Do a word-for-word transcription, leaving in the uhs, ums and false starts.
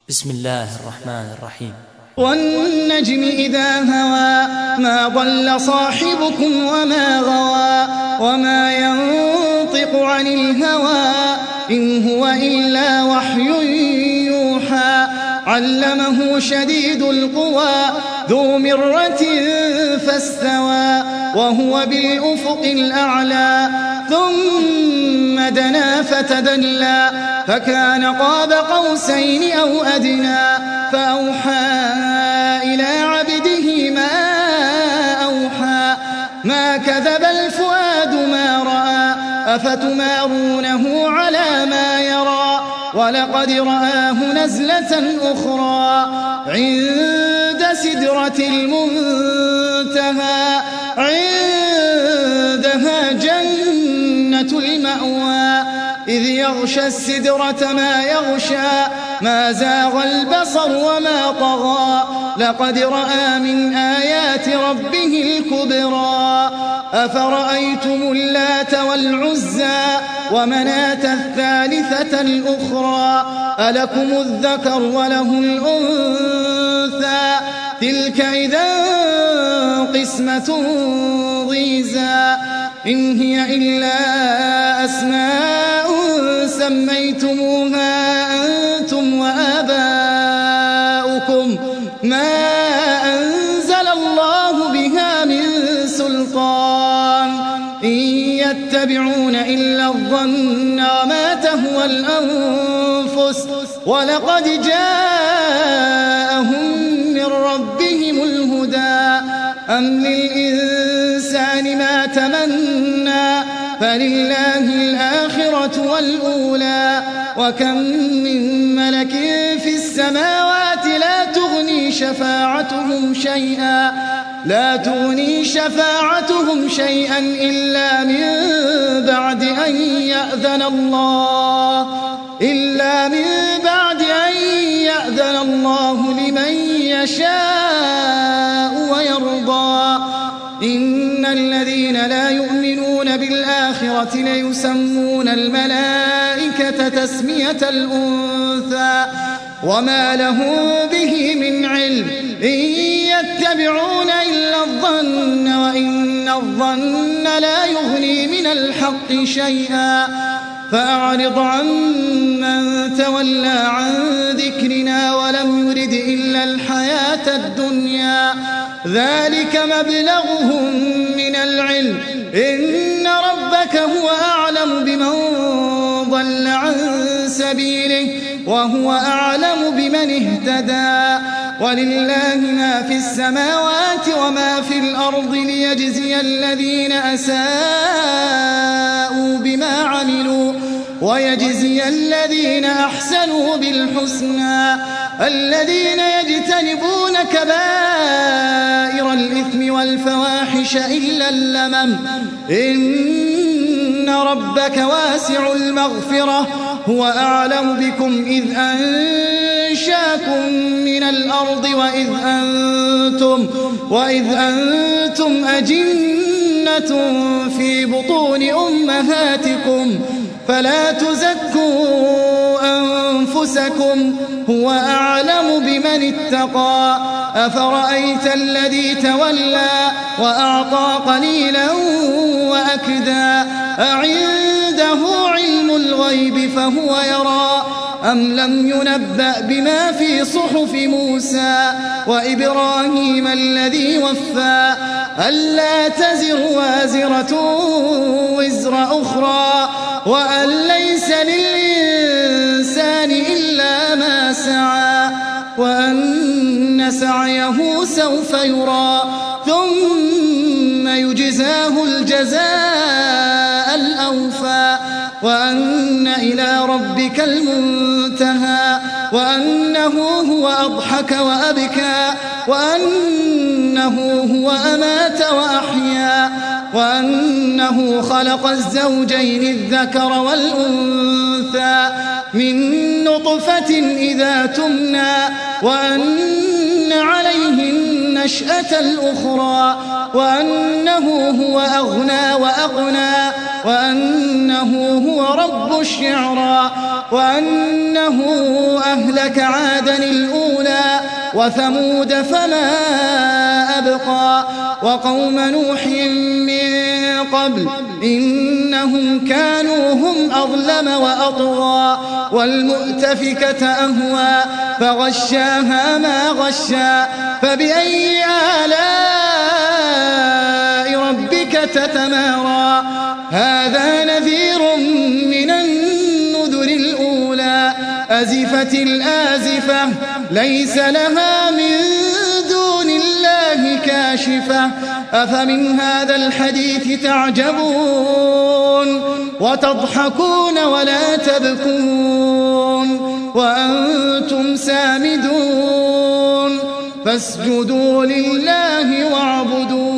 بسم الله الرحمن الرحيم. والنجم إذا هوى ما ضل صاحبكم وما غوى وما ينطق عن الهوى إن هو إلا وحي يوحى علمه شديد القوى ذو مرة فاستوى وهو بالأفق الأعلى ثم دنا فتدلى فكان قاب قوسين أو أدنى فأوحى إلى عبده ما أوحى ما كذب الفؤاد ما رأى أفتمارونه على ما يرى ولقد رآه نزلة أخرى عند سدرة المنتهى عندها جنة المأوى إذ يغشى السدرة ما يغشى ما زاغ البصر وما طغى لقد رأى من آيات ربه الكبرى أفرأيتم اللات والعزى ومناة الثالثة الأخرى ألكم الذكر وله الأنثى تلك إذا قسمة ضيزى إن هي إلا أسماء سميتموها أنتم وآباؤكم ما أنزل الله بها من سلطان إن يتبعون إلا الظن وما تهوى الأنفس ولقد جاءهم من ربهم الهدى أم للإنسان ما تمنى فلله الآخرة والأولى وكم من ملك في السماوات لا تغني شفاعتهم شيئا لا تغني شفاعتهم شيئا إلا من بعد أن يأذن الله إلا من بعد أن يأذن الله لمن يشاء ويرضى إن الذين لا يؤمنون بالآخرة ليسمون الملائكة تسمية الأنثى وما لهم به من علم إن يتبعون إلا الظن وإن الظن لا يغني من الحق شيئا فأعرض عن من تولى عن ذكرنا ولم يرد إلا الحياة الدنيا ذلك مبلغهم من العلم إن ربك هو أعلم بمن ضل عن سبيله وهو أعلم بمن اهتدى ولله ما في السماوات وما في الأرض ليجزي الذين أساءوا بما عملوا ويجزي الذين أحسنوا بالحسنى الذين يجتنبون كبائر الإثم والفواحش إلا اللمم إن ربك واسع المغفرة هو أعلم بكم إذ أنشاكم من الأرض وإذ أنتم, وإذ أنتم أجنة في بطون أمهاتكم فلا تزكوا أنفسكم هو أعلم بمن اتقى أفرأيت الذي تولى وأعطى قليلا وأكدى أعنده علم الغيب فهو يرى أم لم ينبأ بما في صحف موسى وإبراهيم الذي وفى ألا تزر وازرة وزر أخرى وأن ليس للإنسان إلا ما سعى وأن سعيه سوف يرى ثم يجزاه الجزاء الأوفى وأن إلى ربك المنتهى وأنه هو أضحك وأبكى وأنه هو أمات وأحيا وأنه خلق الزوجين الذكر والأنثى من نطفة إذا تمنى وأن عليه النشأة الأخرى وأنه هو أغنى وأغنى وأنه هو رب الشعرى وأنه أهلك عادا الأولى وثمود فما أبقى وقوم نوح من قبل إنهم كانوا هم أظلم وأطغى والمؤتفكة أهوى فغشاها ما غشا فبأي آلاء ربك تتمارى هذا نذير من النذر الأولى أزفت الآزفة ليس لها من دون الله كاشفة أفمن هذا الحديث تعجبون وتضحكون ولا تبكون وأنتم سامدون فاسجدوا لله واعبدوا